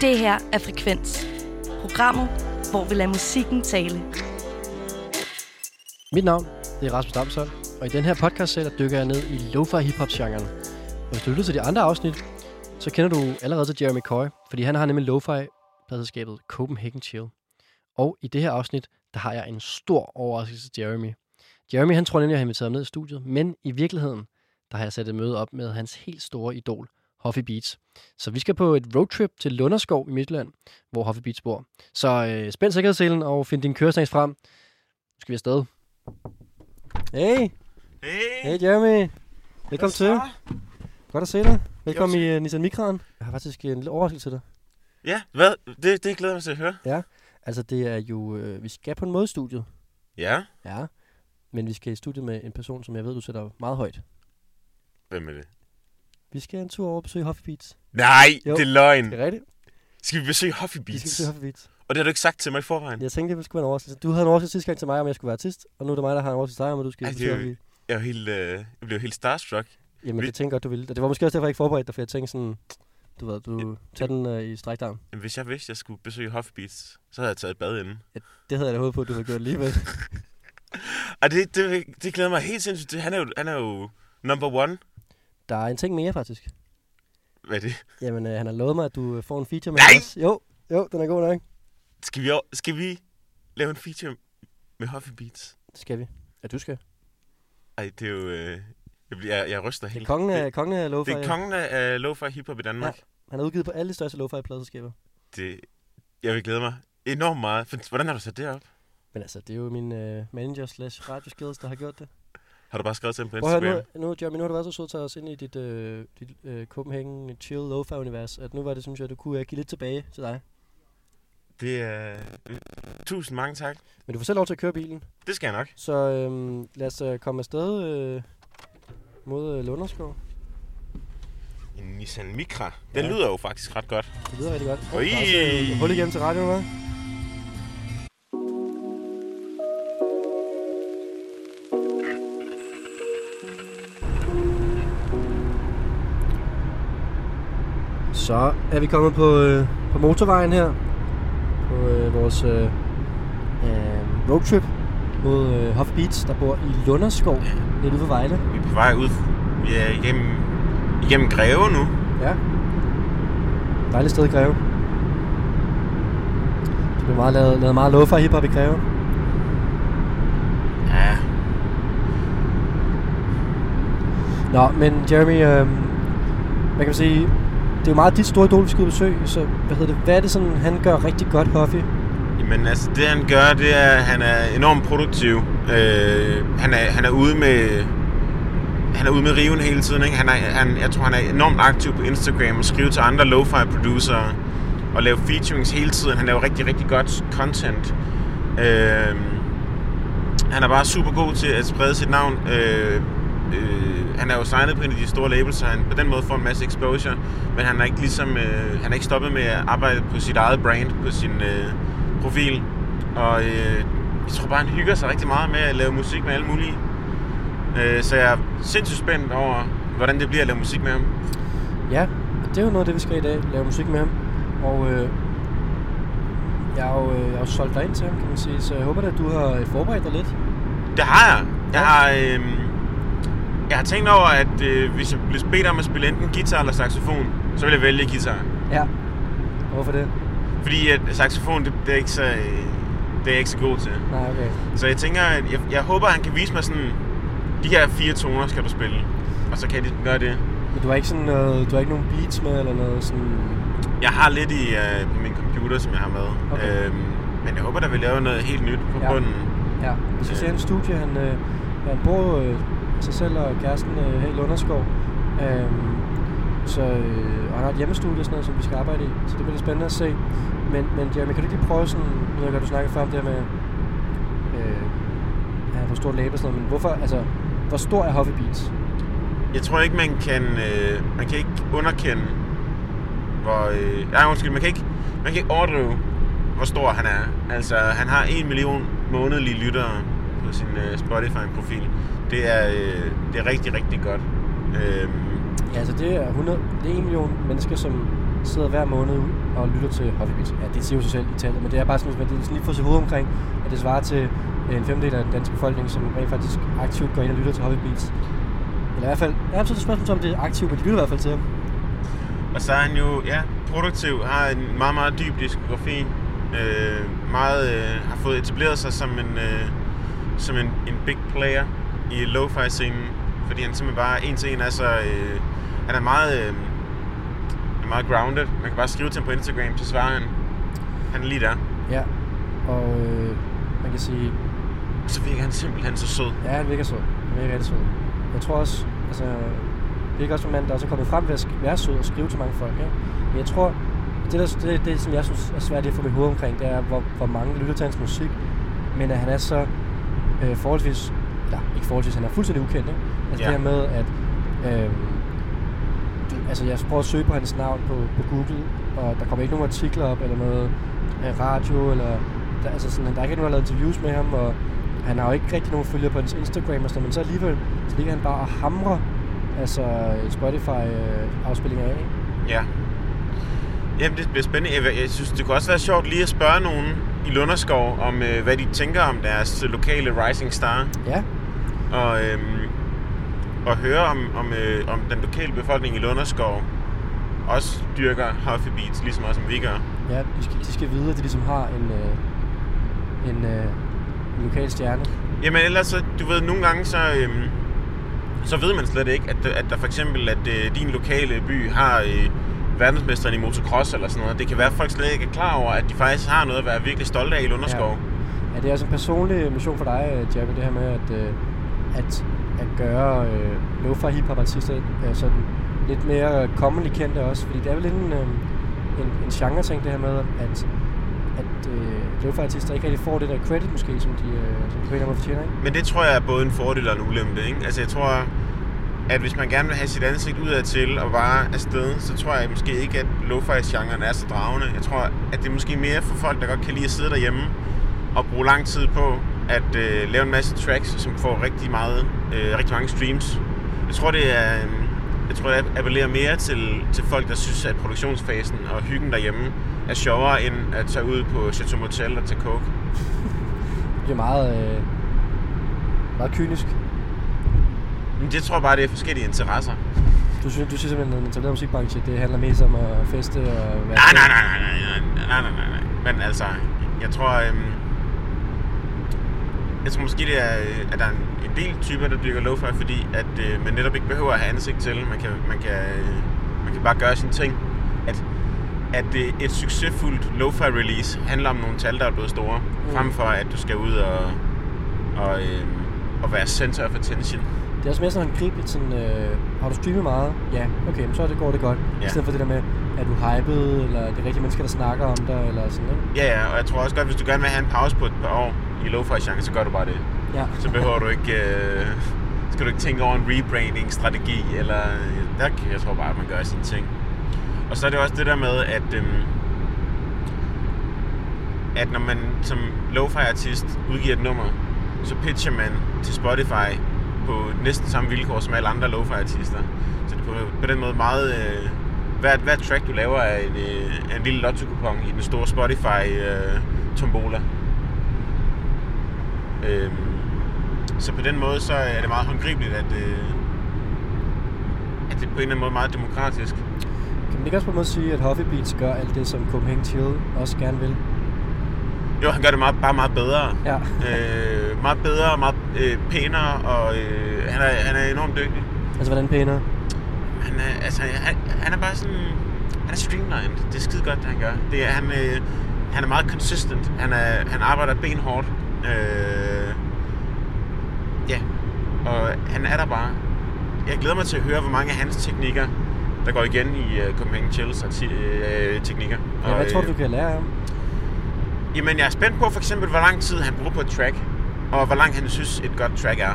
Det her er Frekvens. Programmet, hvor vi lader musikken tale. Mit navn er Rasmus Damsholm, og i den her podcast-serie dykker jeg ned i lo-fi hip-hop-genren. Og hvis du lytter til de andre afsnit, så kender du allerede til Jeremy Coy, fordi han har nemlig lo-fi-pladselskabet Copenhagen Chill. Og i det her afsnit, der har jeg en stor overraskelse til Jeremy. Jeremy, han tror nemlig, at jeg har inviteret ham ned i studiet, men i virkeligheden, der har jeg sat et møde op med hans helt store idol, Huffy Beats. Så vi skal på et roadtrip til Lunderskov i Midtjylland, hvor Huffy Beats bor. Så spænd sikkerhedsselen og find din kørestangs frem. Nu skal vi afsted. Hey! Hey Jeremy! Velkommen til. Godt at se dig. Velkommen i Nissan Micra'en. Jeg har faktisk en lille overraskelse til dig. Ja, hvad? Det glæder mig til at høre. Ja, altså det er jo... vi skal på en måde i studiet. Ja? Ja, men vi skal i studiet med en person, som jeg ved, du sætter meget højt. Hvem er det? Vi skal en tur over og besøge Huffy Beats. Nej, jo, det er løgn. Det er rigtigt. Skal vi besøge Huffy Beats? Vi skal besøge Huffy Beats. Og det har du ikke sagt til mig i forvejen? Jeg tænkte, det skulle være en overraskelse. Du havde en overraskelse sidste gang til mig, om jeg skulle være artist. Og nu er det mig, der har en overraskelse til dig, om at du skal besøge Huffy. Jeg blev helt starstruck. Jamen, det tænker godt, du ville. Det var måske også derfor, jeg ikke forberedte dig, for jeg tænkte sådan... Du tager den i strækdarm. Hvis jeg vidste, jeg skulle besøge Huffy Beats, så havde jeg taget et bad inden. Ja, det havde jeg da håbet på, at du havde gjort alligevel. Og det glæder mig helt sindssygt. Han er jo number one. Der er en ting mere, faktisk. Hvad er det? Jamen, han har lovet mig, at du får en feature med os. Jo, den er god nok. Skal vi lave en feature med Huffy Beats? Det skal vi. Ja, du skal. Ej, det er jo... Jeg ryster helt. Det er kongen af lo-fi. Det er kongen af lo-fi hiphop i Danmark. Ja, han er udgivet på alle de største lo-fi-pladselskaber. Jeg vil glæde mig enormt meget. Hvordan har du sat det op? Men altså, det er jo min manager/radioskills, der har gjort det. Har du bare skrevet til ham på Instagram? Jeremy, nu har du været så sød til os ind i dit Copenhagen Chill lo-fi-univers, at nu var det, synes jeg, du kunne give lidt tilbage til dig. Det er... Tusind mange tak. Men du får selv lov til at køre bilen. Det skal jeg nok. Så lad os komme afsted mod Lunderskov. En Nissan Micra. Den lyder jo faktisk ret godt. Det lyder rigtig godt. Oj! Der er også hul igennem til radioen, hva'? Så er vi kommet på motorvejen her. På vores roadtrip mod Huffy Beats, der bor i Lunderskov, lidt ude for Vejle. Vi er på vej ud igennem Greve nu. Ja. Dejligt sted i Greve. Det bliver lavet meget lo-fi hiphop i Greve. Ja. Nå, men Jeremy, hvad kan man sige, det er jo meget dit store idol, vi skal besøge, så hvad er det sådan, han gør rigtig godt, Huffy? Jamen altså, det han gør, det er, at han er enormt produktiv. Han er ude med... Han er ude med riven hele tiden, ikke? Jeg tror, han er enormt aktiv på Instagram og skriver til andre lo-fi producer og laver featurings hele tiden. Han laver rigtig, rigtig godt content. Han er bare super god til at sprede sit navn. Han er jo signet på en af de store labels, så han på den måde får en masse exposure. Men han er ikke han er ikke stoppet med at arbejde på sit eget brand, på sin profil. Og jeg tror bare, han hygger sig rigtig meget med at lave musik med alle mulige. Så jeg er sindssygt spændt over, hvordan det bliver at lave musik med ham. Ja, det er jo noget af det, vi skal i dag, lave musik med ham. Og jeg har jo solgt dig ind til ham, kan man sige, så jeg håber at du har forberedt dig lidt. Det har jeg. Jeg har tænkt over, at hvis jeg bliver bedt om at spille enten guitar eller saxofon, så vil jeg vælge guitar. Ja, hvorfor det? Fordi at saxofon, det er ikke så... Det er jeg ikke så god til. Nej, okay. Så jeg tænker, at jeg håber, at han kan vise mig sådan... De her 4 toner skal du spille, og så kan de gøre det. Men du har ikke sådan noget, du har ikke nogen beats med, eller noget sådan... Jeg har lidt på min computer, som jeg har med. Okay. Men jeg håber, der vil lave noget helt nyt på bunden. Ja, vi skal se hans studie. Han bor sig selv og kæresten her i Lunderskov. Og han har et hjemmestudie og sådan noget, som vi skal arbejde i. Så det bliver lidt spændende at se. Men Jeremy, kan du ikke lige prøve sådan... Nu ved jeg, du snakkede før om det her med... hvor stort label og sådan noget, men hvorfor... Altså, hvor stor er Huffy Beats? Jeg tror ikke, man kan ikke underkende, hvor... man kan ikke overdrive, hvor stor han er. Altså, han har 1 million månedlige lyttere på sin Spotify-profil. Det er rigtig, rigtig godt. Ja, altså det er 1 million mennesker, som sidder hver måned ud og lytter til Huffy Beats. Ja, det siger jo sig selv i tallet, men det er bare sådan, at det er sådan lige for sit hoved omkring, at det svarer til en femtedel af den danske befolkning, som rent faktisk aktivt går ind og lytter til Huffy Beats. Eller i hvert fald, ja, så er det spørgsmål om det er aktivt, men de lytter i hvert fald til ham. Og så er han jo, produktiv, har en meget, meget dyb diskografi, har fået etableret sig som en big player i lo-fi-scenen, fordi han simpelthen bare en til en er så, han er meget grounded. Man kan bare skrive til ham på Instagram, så svarer han. Han er lige der. Ja, og man kan sige... Så virker han simpelthen så sød. Ja, han virker sød. Han virker rigtig sød. Jeg tror også, altså... Det virker også som en mand, der også er kommet frem ved at være sød og skrive til mange folk, ikke? Men jeg tror, det som jeg synes er svært at få mit hoved omkring, det er, hvor mange lytter til hans musik, men at han er så forholdsvis... Eller, ikke forholdsvis, han er fuldstændig ukendt, ikke? Altså det her med, at... Altså, jeg prøver at søge på hans navn på Google, og der kommer ikke nogen artikler op, eller noget radio, eller... Der er ikke nogen, der har lavet interviews med ham, og han har jo ikke rigtig nogen følgere på hans Instagram og sådan, men så alligevel, så ligger han bare og hamrer, altså Spotify-afspillinger af, ikke? Ja. Jamen, det bliver spændende. Jeg synes, det kunne også være sjovt lige at spørge nogen i Lunderskov om, hvad de tænker om deres lokale rising star. Ja. Og høre om den lokale befolkning i Lunderskov også dyrker Huffy Beats, ligesom også som vi gør. Ja, de skal vide, at de ligesom har en lokal stjerne. Jamen ellers, så, du ved, nogle gange så ved man slet ikke, at der for eksempel, at din lokale by har verdensmesteren i motocross eller sådan noget. Det kan være, at folk slet ikke er klar over, at de faktisk har noget at være virkelig stolte af i Lunderskov. Ja, det er altså en personlig mission for dig, Jeremy, det her med at gøre lo-fi hip-hop-artister sådan lidt mere commonly kendte også, fordi det er vel lidt en genre-ting, det her med, at lo-fi-artister ikke rigtig får det der credit måske, som de på en eller anden måde fortjener, ikke? Men det tror jeg er både en fordel og en ulempe, ikke? Altså jeg tror, at hvis man gerne vil have sit ansigt udadtil og bare afsted, så tror jeg måske ikke, at lo-fi-genren er så dragende. Jeg tror, at det er måske mere for folk, der godt kan lide at sidde derhjemme og bruge lang tid på at lave en masse tracks, som får rigtig mange streams. Jeg tror, det appellerer mere til folk, der synes, at produktionsfasen og hyggen derhjemme er sjovere, end at tage ud på Chateau Motel og tage coke. Det er meget kynisk. Men det tror jeg bare, det er forskellige interesser. Du synes simpelthen, at den etablerede musikbranche, det handler mest om at feste og være... Nej. Men altså, jeg tror måske, det er, at der er en del typer, der dyrker lo-fi, fordi at man netop ikke behøver at have ansigt til. Man kan bare gøre sine ting. At et succesfuldt lo-fi release handler om nogle tal, der er blevet store, frem for at du skal ud og være center of attention. Det er også mere sådan håndgribeligt, sådan, har du streamet meget? Ja, okay, men så går det godt. Ja. I stedet for det der med, er du hyped, eller det er rigtige mennesker, der snakker om dig, eller sådan, ikke? Ja, og jeg tror også godt, hvis du gerne vil have en pause på et par år i lo-fi-genre, så gør du bare det. Ja. Så behøver du ikke, skal du ikke tænke over en rebranding-strategi, eller jeg tror bare, at man gør sine ting. Og så er det også det der med, at når man som lo-fi-artist udgiver et nummer, så pitcher man til Spotify på næsten samme vilkår som alle andre lo-fi-artister. Så det er på den måde meget... Hver track, du laver, er en lille lotto-kupon i den store Spotify-tombola. Så på den måde, så er det meget håndgribeligt, at det på en eller anden måde er meget demokratisk. Kan man ikke også på en måde sige, at Huffy Beats gør alt det, som Copenhagen Chill også gerne vil? Jo, han gør det bare meget bedre. Ja. Meget bedre, meget pænere, og han er enormt dygtig. Altså, hvordan pænere? Han er bare sådan... Han er streamlined. Det er skide godt, det han gør. Han er meget consistent. Han arbejder benhårdt. Ja. Og han er der bare. Jeg glæder mig til at høre, hvor mange af hans teknikker, der går igen i Copenhagen Chills teknikker. Ja, hvad tror du kan lære af ham? Jamen, jeg er spændt på for eksempel, hvor lang tid han bruger på et track, og hvor langt han synes, et godt track er.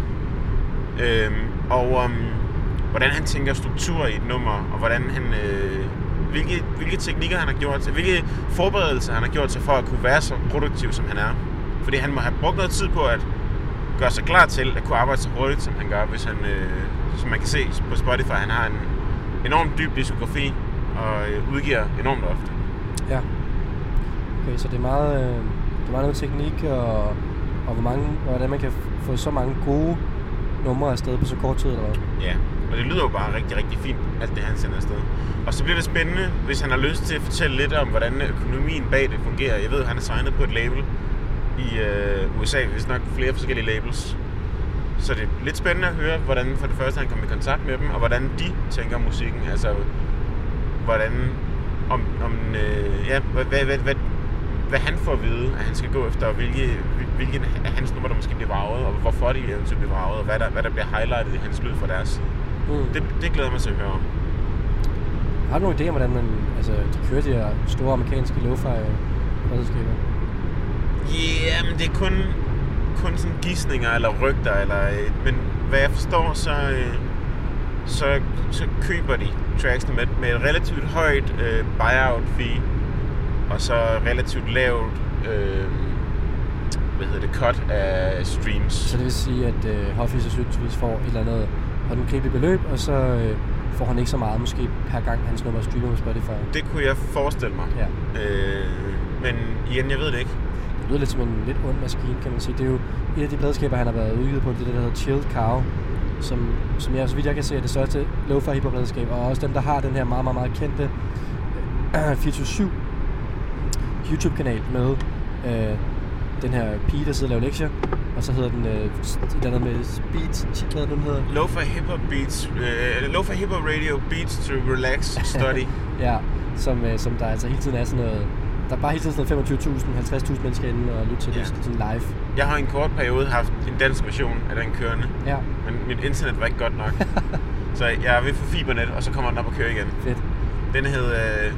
Hvordan han tænker struktur i et nummer, og hvordan han, hvilke teknikker han har gjort, hvilke forberedelser han har gjort sig for at kunne være så produktiv, som han er. Fordi han må have brugt noget tid på at gøre sig klar til at kunne arbejde så hurtigt, som han gør, hvis han, som man kan se på Spotify, han har en enormt dyb diskografi, og udgiver enormt ofte. Ja. Okay, så det er meget noget teknik, og hvordan man kan få så mange gode numre afsted på så kort tid, eller hvad? Ja, og det lyder jo bare rigtig, rigtig fint, alt det han sender afsted. Og så bliver det spændende, hvis han har lyst til at fortælle lidt om, hvordan økonomien bag det fungerer. Jeg ved, han er signet på et label i USA, hvis nok flere forskellige labels. Så det er lidt spændende at høre, hvordan for det første han kommer i kontakt med dem, og hvordan de tænker musikken. Altså, hvordan, hvad han får at vide, at han skal gå efter, og hvilken af hans nummer, der måske bliver vraget, og hvorfor de eventuelt bliver vraget, og hvad der bliver highlightet i hans lyd fra deres side. Det glæder mig til at høre om. Har du nogle idéer om, hvordan de kører de her store amerikanske lo-fi-redskaber? Ja, men det er kun sådan gisninger eller rygter, men hvad jeg forstår, så køber de tracksene med et relativt højt buyout fee, og så relativt lavt cut af streams. Så det vil sige, at Huffy sandsynligvis får et eller andet håndgribeligt beløb, og så får han ikke så meget måske per gang hans nummer streamer på Spotify. Det kunne jeg forestille mig. Ja. Men igen, jeg ved det ikke. Det lyder lidt som en lidt ond maskine, kan man sige. Det er jo et af de pladskaber, han har været udgivet på, det der hedder Chilled Cow, som jeg, så vidt jeg kan se, er det største lo-fi hiphop pladskab, og også dem, der har den her meget, meget, meget kendte 24/7 YouTube-kanal med den her pige, der sidder og laver lektier, og så hedder den et eller andet med beats, hvad den hedder? Lo-fi hiphop beats, lo-fi hiphop radio beats to relax study. Ja, som der altså hele tiden er sådan noget. Der er bare hele tiden sådan 25.000, 50.000 mennesker inde og lytte til det sådan live. Jeg har i en kort periode haft en dansk version af den kørende, men mit internet var ikke godt nok. Så jeg er ved for fibernet, og så kommer den op og kører igen. Fedt. Den hed...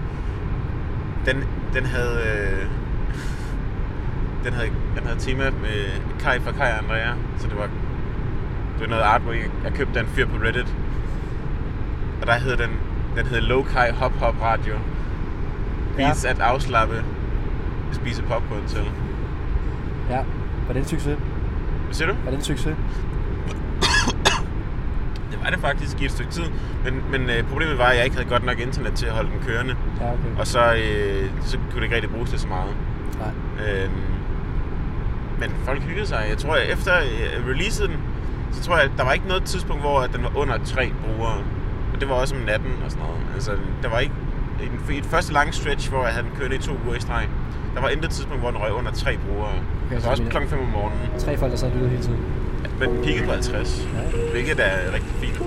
Den havde tema med Kai fra Kai og Andrea, så det var noget artwork. Jeg købte den fyr på Reddit, og der hed den hed Low Kai Hop Hop Radio. Beats at afslappe, spise popcorn til. Ja, var det en succes? Hvad siger du? Var det en succes? Det var det faktisk i et stykke tid, men problemet var, at jeg ikke havde godt nok internet til at holde den kørende. Ja, okay. Og så kunne det ikke rigtig bruges til så meget. Nej. Men folk hyggede sig. Jeg tror, at efter releaset den, så tror jeg, at der var ikke noget tidspunkt, hvor den var under 3 brugere. Og det var også om natten og sådan noget. Altså, der var ikke... I et første lange stretch, hvor jeg havde den kørende i 2 uger i streg, der var intet tidspunkt, hvor den røg under 3 brugere. Okay, det var også klokken 5 om morgenen. 3 folk, der sad og lyttede hele tiden. Ja, men den peakede på 50, hvilket er rigtig fint.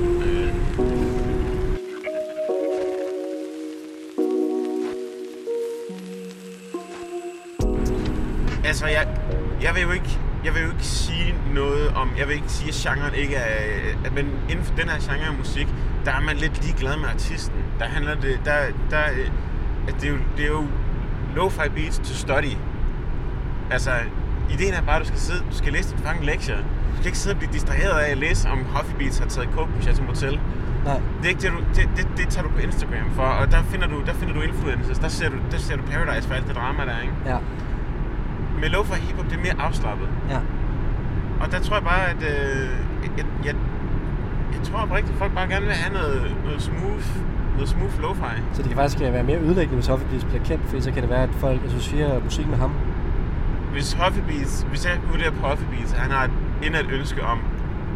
Altså, jeg vil jo ikke sige noget om... Jeg vil ikke sige, at genren ikke er... Men inden for den her genre af musik, der er man lidt ligeglad med artisten. Der handler det... Det er jo lo-fi beats to study. Altså, ideen er bare, at du skal læse din fucking lektier. Du skal ikke sidde og blive distraheret af at læse, om Huffy Beats har taget coke på Chateau Motel. Nej. Det er ikke det tager du på Instagram for, og der finder du influencers. Der ser du Paradise for alt det drama der, ikke? Ja. Med lo-fi hiphop, det er mere afslappet. Ja. Og der tror jeg bare, at jeg tror oprigtigt, at folk bare gerne vil have noget smooth lo-fi. Så det kan faktisk være mere ødelæggende, hvis Huffy Beats bliver kendt, for så kan det være, at folk associerer musik med ham. Hvis jeg vurderer på Huffy Beats, han har et ønske om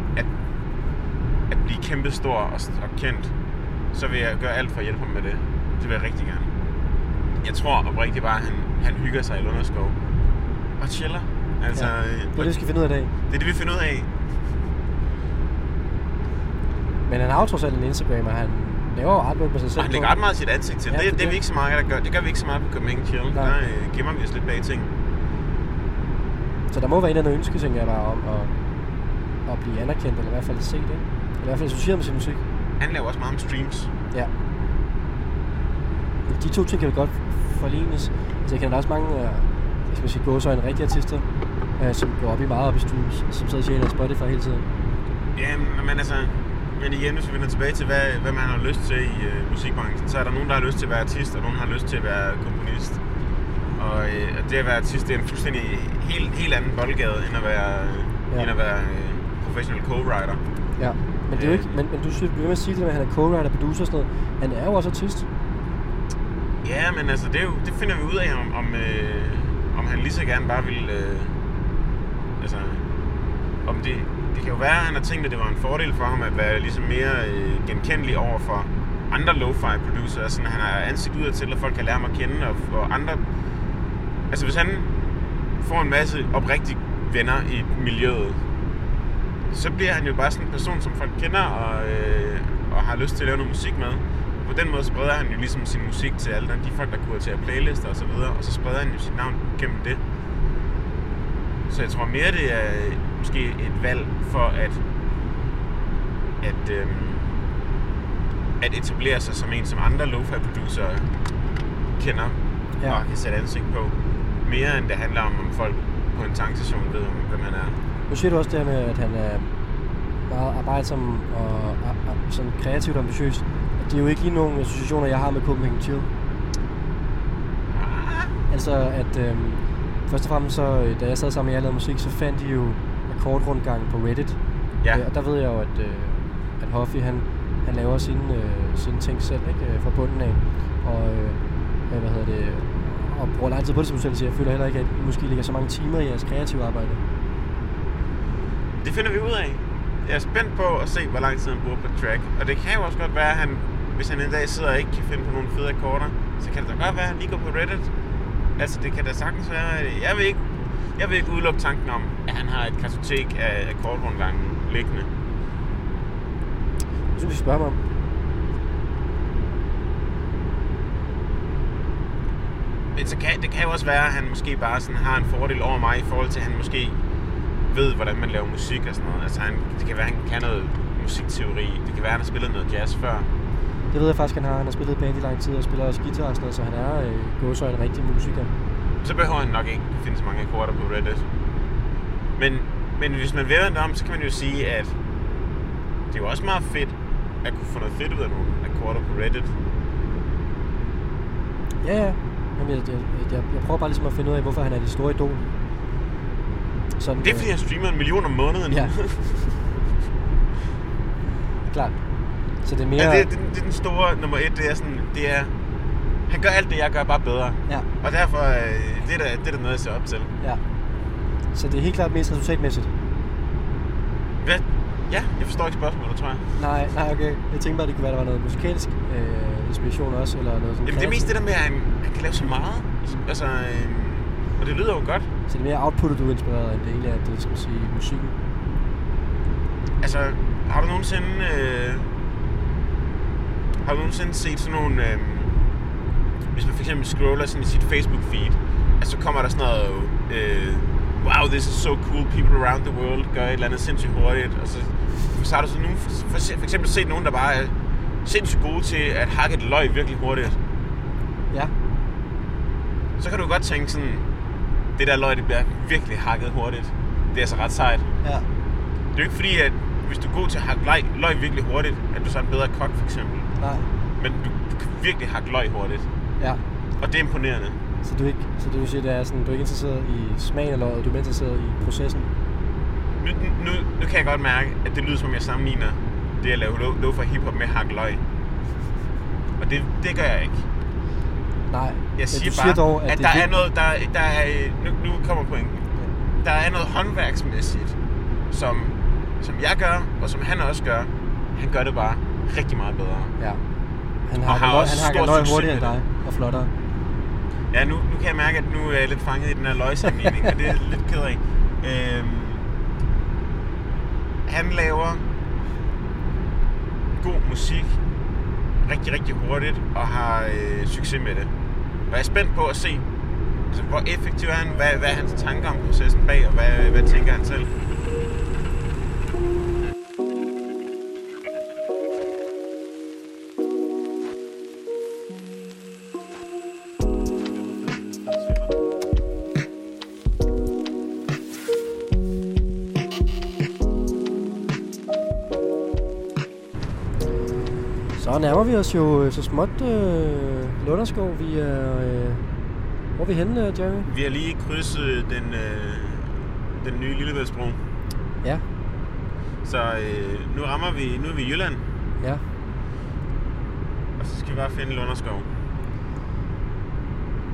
at blive kæmpe stor og kendt, så vil jeg gøre alt for at hjælpe ham med det. Det vil jeg rigtig gerne. Jeg tror oprigtigt bare, at han hygger sig i Lunderskov og chiller. Altså, ja, det er det, vi skal finde ud af i dag. Det er det, vi finder ud af. Men han har jo trods alt en Instagram, og han laver artwork på sig selv. Og han lægger ret meget sit ansigt til. Ja, det er vi ikke så meget, der gør. Det gør vi ikke så meget på Copenhagen Chill. Nej. Der gemmer vi os lidt bag ting. Så der må være en eller anden ønske, tænker jeg bare, om at blive anerkendt, eller i hvert fald set, ikke? Eller i hvert fald associeret med sin musik. Han laver også meget om streams. Ja. De to ting kan jo godt forlenes. Altså jeg kender også mange, jeg skal sige, gåsøjne rigtige artister, som går meget op i streams, som sidder og tjener Spotify hele tiden. Ja, men igen, hvis vi vender tilbage til, hvad man har lyst til i musikbranchen, så er der nogen, der har lyst til at være artist, og nogen, der har lyst til at være komponist. Og det at være artist, det er en fuldstændig helt anden boldgade, end at være professional co-writer. Ja, men det er jo ikke, men du bliver ved med at sige det, at han er co-writer, producer og sådan noget. Han er jo også artist. Ja, men altså, det finder vi ud af, om han lige så gerne bare vil... altså, om det kan jo være, at han har tænkt, at det var en fordel for ham at være ligesom mere genkendelig over for andre lo-fi producer. Altså, han har ansigt udad til, at folk kan lære ham at kende, og andre... Altså, hvis han får en masse oprigtige venner i miljøet, så bliver han jo bare sådan en person, som folk kender og har lyst til at lave noget musik med. På den måde spreder han jo ligesom sin musik til alle de folk, der kuraterer playlister og så videre, og så spreder han jo sit navn gennem det. Så jeg tror mere, det er måske et valg for at etablere sig som en, som andre lo-fi producer kender og kan sætte ansigt på. Mere end det handler om folk på en tankstation ved, hvem han er. Nu siger du også det med, at han er meget arbejdsom og sådan kreativt ambitiøs. Det er jo ikke lige nogen associationer, jeg har med Copenhagen Chill. Altså, at først og fremmest, så, da jeg sad sammen med jer og lavede musik, så fandt de jo akkordrundgang på Reddit. Ja. Og der ved jeg jo, at Huffy, han laver sine ting selv, ikke? Fra bunden af. Og, og bruger lang tid på det, som du selv siger. Jeg føler heller ikke, at I måske ligger så mange timer i jeres kreative arbejde. Det finder vi ud af. Jeg er spændt på at se, hvor lang tid han bruger på track. Og det kan jo også godt være, at hvis han en dag sidder og ikke kan finde på nogle fede akkorder, så kan det da godt være, at han lige går på Reddit. Altså, det kan da sagtens være. Jeg vil ikke udelukke tanken om, at han har et kartotek af akkordrundgangen liggende. Det synes vi spørger mig om. Men så det kan jo også være, at han måske bare sådan har en fordel over mig i forhold til, at han måske ved, hvordan man laver musik og sådan noget. Altså, det kan være, at han kan noget musikteori. Det kan være, at han har spillet noget jazz før. Det ved jeg faktisk, han har spillet band i lang tid og spiller også guitar og sådan noget, så han er gået så en rigtig musiker. Så behøver han nok ikke finde så mange akkorder på Reddit. Men hvis man vender det om, så kan man jo sige, at det er jo også meget fedt at kunne få noget fedt ud af nogle akkorder på Reddit. Ja. Jamen, jeg prøver bare ligesom at finde ud af, hvorfor han er det store idol. Sådan, det er fordi, han streamer 1 million om måneden. Ja. Klart. Så det er mere... Ja, det er den store nummer 1. Det er han gør alt det, jeg gør, bare bedre. Ja. Og derfor det er der noget, jeg ser op til. Ja. Så det er helt klart mest resultatmæssigt. Hvad? Ja, jeg forstår ikke spørgsmålet, tror jeg. Nej, okay. Jeg tænkte bare, det kunne være, der var noget musikalsk inspiration også, eller noget sådan. Jamen, det er mest det der med, at han kan lave så meget. Altså, og det lyder jo godt. Så det er mere outputtet, du er inspireret, end det egentlig er, det skal man sige, musikken. Altså, har du nogensinde set sådan nogle... hvis man for eksempel scroller sådan i sit Facebook-feed, altså så kommer der sådan noget... wow, this is so cool, people around the world gør et eller andet sindssygt hurtigt. Og så har du så nogen, for eksempel set nogen, der bare er sindssygt gode til at hakke et løg virkelig hurtigt. Ja. Så kan du godt tænke sådan, det der løg, det bliver virkelig hakket hurtigt. Det er altså ret sejt. Ja. Det er jo ikke fordi, at hvis du er god til at hakke løg virkelig hurtigt, at du så er en bedre kok for eksempel. Nej. Men du kan virkelig hakke løg hurtigt. Ja. Og det er imponerende. Så det vil sige, det er sådan, du er ikke interesseret i smagen af løget, du er mere interesseret i processen? Nu kan jeg godt mærke, at det lyder som jeg sammenligner det at lave lo-fi hiphop med hakke løg. Og det gør jeg ikke. Nej. Jeg siger bare, dog, at der er noget, der er nu kommer pointen. Ja. Der er noget håndværksmæssigt, som jeg gør, og som han også gør. Han gør det bare rigtig meget bedre. Ja. Han hakker løg hurtigere end dig, og flottere. Ja, nu kan jeg mærke, at nu er jeg lidt fanget i den her løgsammenligning, og det er lidt ked af. Han laver god musik rigtig, rigtig hurtigt, og har succes med det. Og jeg er spændt på at se, altså, hvor effektiv er han, hvad er hans tanker om processen bag, og hvad tænker han selv. Så nærmer vi os jo så småt Lunderskov. Vi er... hvor er vi henne, Jeremy? Vi har lige krydset den nye Lillebæltsbro. Ja. Så nu er vi i Jylland. Ja. Og så skal vi bare finde Lunderskov.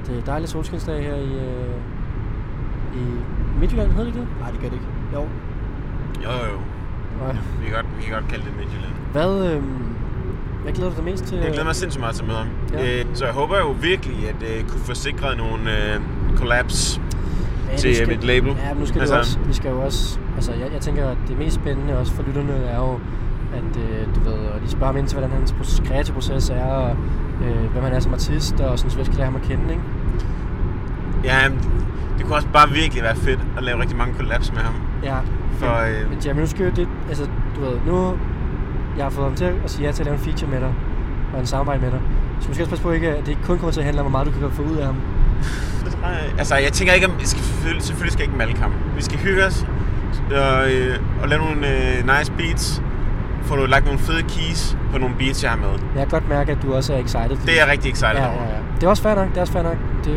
Det er dejlig solskinsdag her i Midtjylland, hedder det ikke det? Nej, det gør det ikke. Jo. Jo. Nej. Vi kan godt kalde det Midtjylland. Hvad glæder du dig mest til? Jeg glæder mig sindssygt meget til at møde ham. Ja. Så jeg håber jo virkelig, at kunne få sikret nogle collabs til mit label. Ja, men nu skal vi skal jo også... Altså, jeg tænker, at det mest spændende også for lytterne er jo, at de spørger ham ind til, hvordan hans kreative proces er, og hvem han er som artist, og sådan, så vi skal lære ham at kende, ikke? Ja, det kunne også bare virkelig være fedt at lave rigtig mange collabs med ham. Ja, men Jeremy, nu skal jo det... Altså, nu... Jeg har fået ham til at sige ja til at lave en feature med dig, og en samarbejde med dig. Så måske også passe på, at det ikke kun kommer til at handle om, hvor meget du kan få ud af ham. Altså, jeg tænker ikke, om vi skal selvfølgelig skal ikke malke ham. Vi skal hygge os og lave nogle nice beats. Får du lagt nogle fede keys på nogle beats, jeg har med. Jeg kan godt mærke, at du også er excited. Det er jeg rigtig excited over. Ja. Det er også fair nok. Det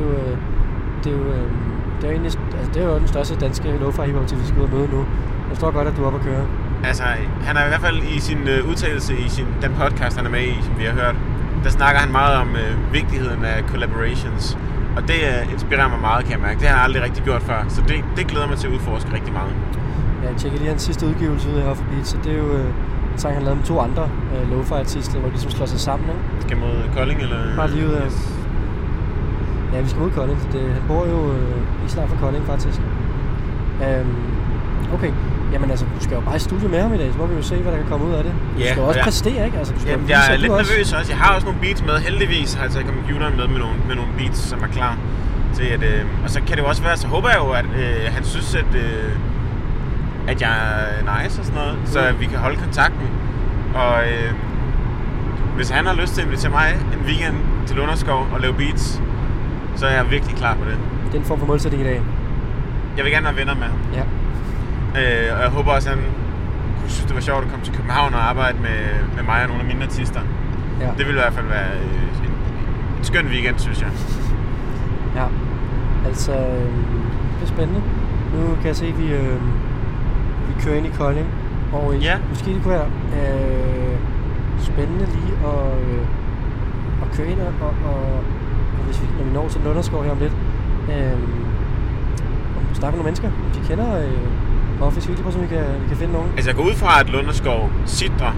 er jo den største danske lo-fi hiphop-artist, vi skal ud og møde nu. Jeg forstår godt, at du er oppe at køre. Altså, han er i hvert fald i sin udtalelse i den podcast, han er med i, som vi har hørt, der snakker han meget om vigtigheden af collaborations. Og det inspirerer mig meget, kan jeg mærke. Det har jeg aldrig rigtig gjort før, så det glæder mig til at udforske rigtig meget. Ja, jeg tjekker lige hans sidste udgivelse ud af Huff Beats, så det er jo en sang, han lavede med 2 andre lo-fi-artister, hvor de ligesom slår sig sammen, ikke? Skal mod Kolding, eller? Bare lige ud af... Ja, vi skal mod Kolding. Han bor jo i snart for Kolding, faktisk. Okay. Jamen altså, du skal jo bare i studiet med ham i dag, så må vi jo se, hvad der kan komme ud af det. Du skal jo også præstere, ikke? Altså, jeg er lidt nervøs også. Jeg har også nogle beats med. Heldigvis har jeg taget computeren med nogle beats, som er klar til at... og så kan det jo også være, så håber jeg jo, at han synes, at jeg er nice og sådan noget, så vi kan holde kontakten. Og hvis han har lyst til at invitere mig en weekend til Lunderskov og lave beats, så er jeg virkelig klar på det. Det er en form for målsætning i dag. Jeg vil gerne være venner med ham. Ja. Og jeg håber også, at han kunne synes, det var sjovt at komme til København og arbejde med mig og nogle af mine artister. Ja. Det ville i hvert fald være en skøn weekend, synes jeg. Ja, altså det er spændende. Nu kan jeg se, at vi kører ind i Kolding. Og måske det kunne være spændende lige at køre ind og hvis når vi når til Lunderskov her om lidt, snakke med nogle mennesker, om de kender Office, virkelig på, så vi kan finde nogen. Altså jeg går ud fra, at Lunderskov sidder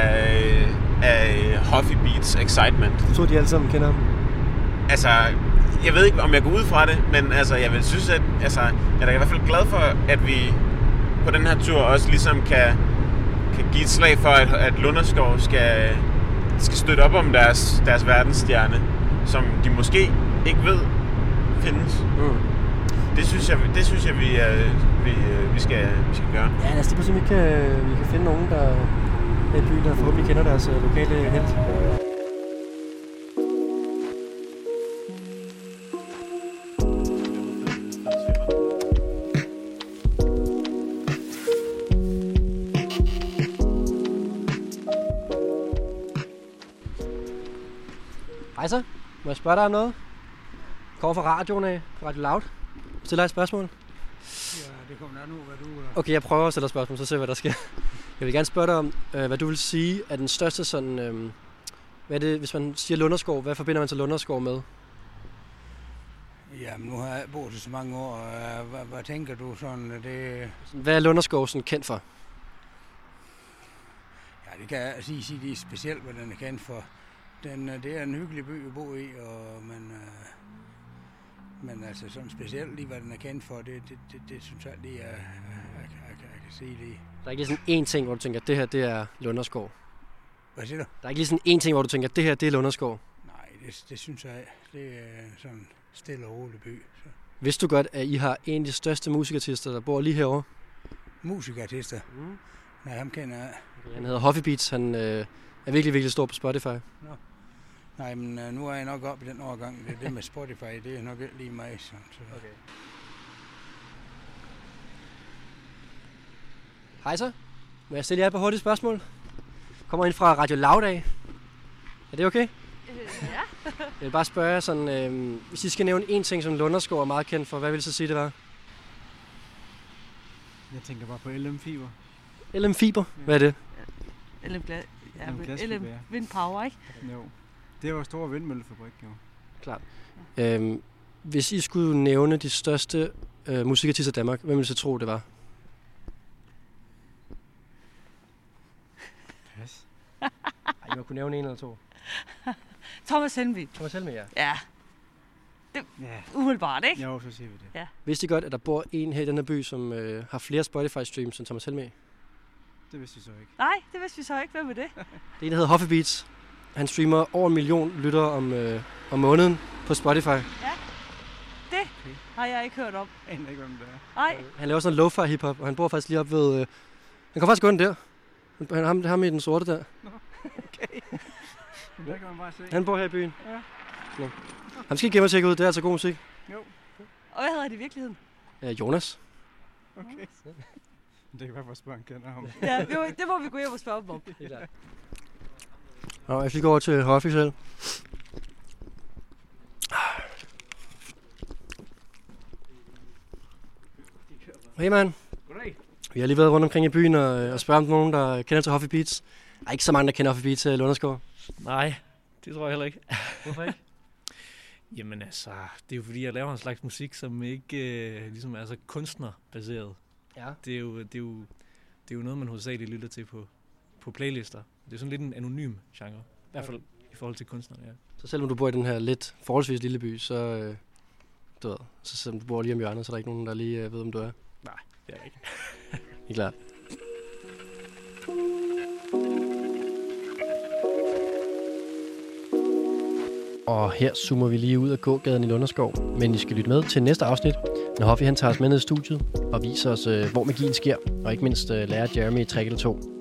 af Huffy Beats Excitement. Jeg tror, de alle sammen kender ham. Altså, jeg ved ikke, om jeg går ud fra det, men altså, jeg vil synes, at jeg er i hvert fald glad for, at vi på den her tur også ligesom kan give et slag for, at Lunderskov skal støtte op om deres verdensstjerne, som de måske ikke ved findes. Det synes jeg vi skal gøre. Ja, lad os lige prøve, vi kan finde nogen, der er i byen, der forhåbentlig kender deres lokale helt. Hej så. Må jeg spørge dig om noget? Kommer fra radioen af, fra Radio Loud. Stiller jeg et spørgsmål? Ja, det kommer nu, hvad du... Okay, jeg prøver at stille et spørgsmål, så ser hvad der sker. Jeg vil gerne spørge dig om, hvad du vil sige er den største sådan... hvad er det, hvis man siger Lunderskov, hvad forbinder man til Lunderskov med? Jamen, nu har jeg boet i så mange år, hvad tænker du sådan, det... Hvad er Lunderskov sådan kendt for? Ja, det kan jeg sige, det er specielt, hvad den er kendt for. Det er en hyggelig by at bo i, men altså sådan specielt lige, hvad den er kendt for, det synes jeg lige, jeg kan sige lige. Der er ikke lige sådan én ting, hvor du tænker, at det her, det er Lunderskov? Hvad siger du? Der er ikke lige sådan én ting, hvor du tænker, at det her, det er Lunderskov? Nej, det synes jeg, det er sådan en stille og rolig by. Så. Vidste du godt, at I har en af de største musikartister, der bor lige herovre? Musikartister? Nej, ham kender jeg. Han hedder Huffy Beats, han er virkelig, virkelig stor på Spotify. Nå. Nej, men nu er jeg nok oppe i den overgang. Det med Spotify, det er nok ikke lige mig. Så. Okay. Hej så. Må jeg stille jer et par hurtige spørgsmål? Kommer ind fra Radio Loud af. Er det okay? Ja. Jeg vil bare spørge jer sådan, hvis I skal nævne én ting, som Lunderskov er meget kendt for, hvad vil I så sige, det var? Jeg tænker bare på LM Fiber. LM Fiber? Ja. Hvad er det? LM Wind Power, ikke? Jo. Det var en stor vindmøllefabrik, jo. Klart. Hvis I skulle nævne de største musikartister i Danmark, hvem ville I så tro, det var? Pas. Ej, I må kunne nævne en eller to. Thomas Helmig. Thomas Helmig, ja. Ja, Ja, umiddelbart, ikke? jo, så siger vi det. Vidste I godt, at der bor en her i den her by, som har flere Spotify-streams end Thomas Helmig? Det vidste vi så ikke. Nej, det vidste vi så ikke. Hvem er det? Det er en, der hedder Huffy Beats. Han streamer over 1 million lyttere om måneden på Spotify. Har jeg ikke hørt om. Jeg aner ikke, hvem det er. Nej, Han laver sådan lo-fi hiphop, og han bor faktisk lige op ved... han kan faktisk gå ind der. Han ham i den sorte der. Okay. Men der kan man bare se. Han bor her i byen. Ja. Nå. Han skal ikke og tjekke ud, det er altså god musik. Jo, og hvad hedder det i virkeligheden? Jonas. okay. Det kan være, at vores børn kender ham. Ja, det må vi gå hjem og spørge dem om. Nå, jeg skal gå over til Huffy selv. Hey man. Goddag. Vi har lige været rundt omkring i byen og spørget om nogen, der kender til Huffy Beats. Der er ikke så mange, der kender Huffy Beats til Lunderskov. Nej, det tror jeg heller ikke. Hvorfor ikke? Jamen altså, det er jo fordi, jeg laver en slags musik, som ikke ligesom er så kunstnerbaseret. Ja. Det er jo noget, man hovedsageligt lytter til på playlister. Det er sådan lidt en anonym genre. I hvert fald i forhold til kunstnerne, ja. Så selvom du bor i den her lidt forholdsvis lille by, så selvom du bor lige om hjørnet, så er der ikke nogen, der lige ved, om du er. Nej, det er jeg ikke. Det er klart. Og her zoomer vi lige ud af gågaden i Lunderskov, men I skal lytte med til næste afsnit, når Huffy han tager os med ned i studiet og viser os, hvor magien sker, og ikke mindst lærer Jeremy et trick eller to.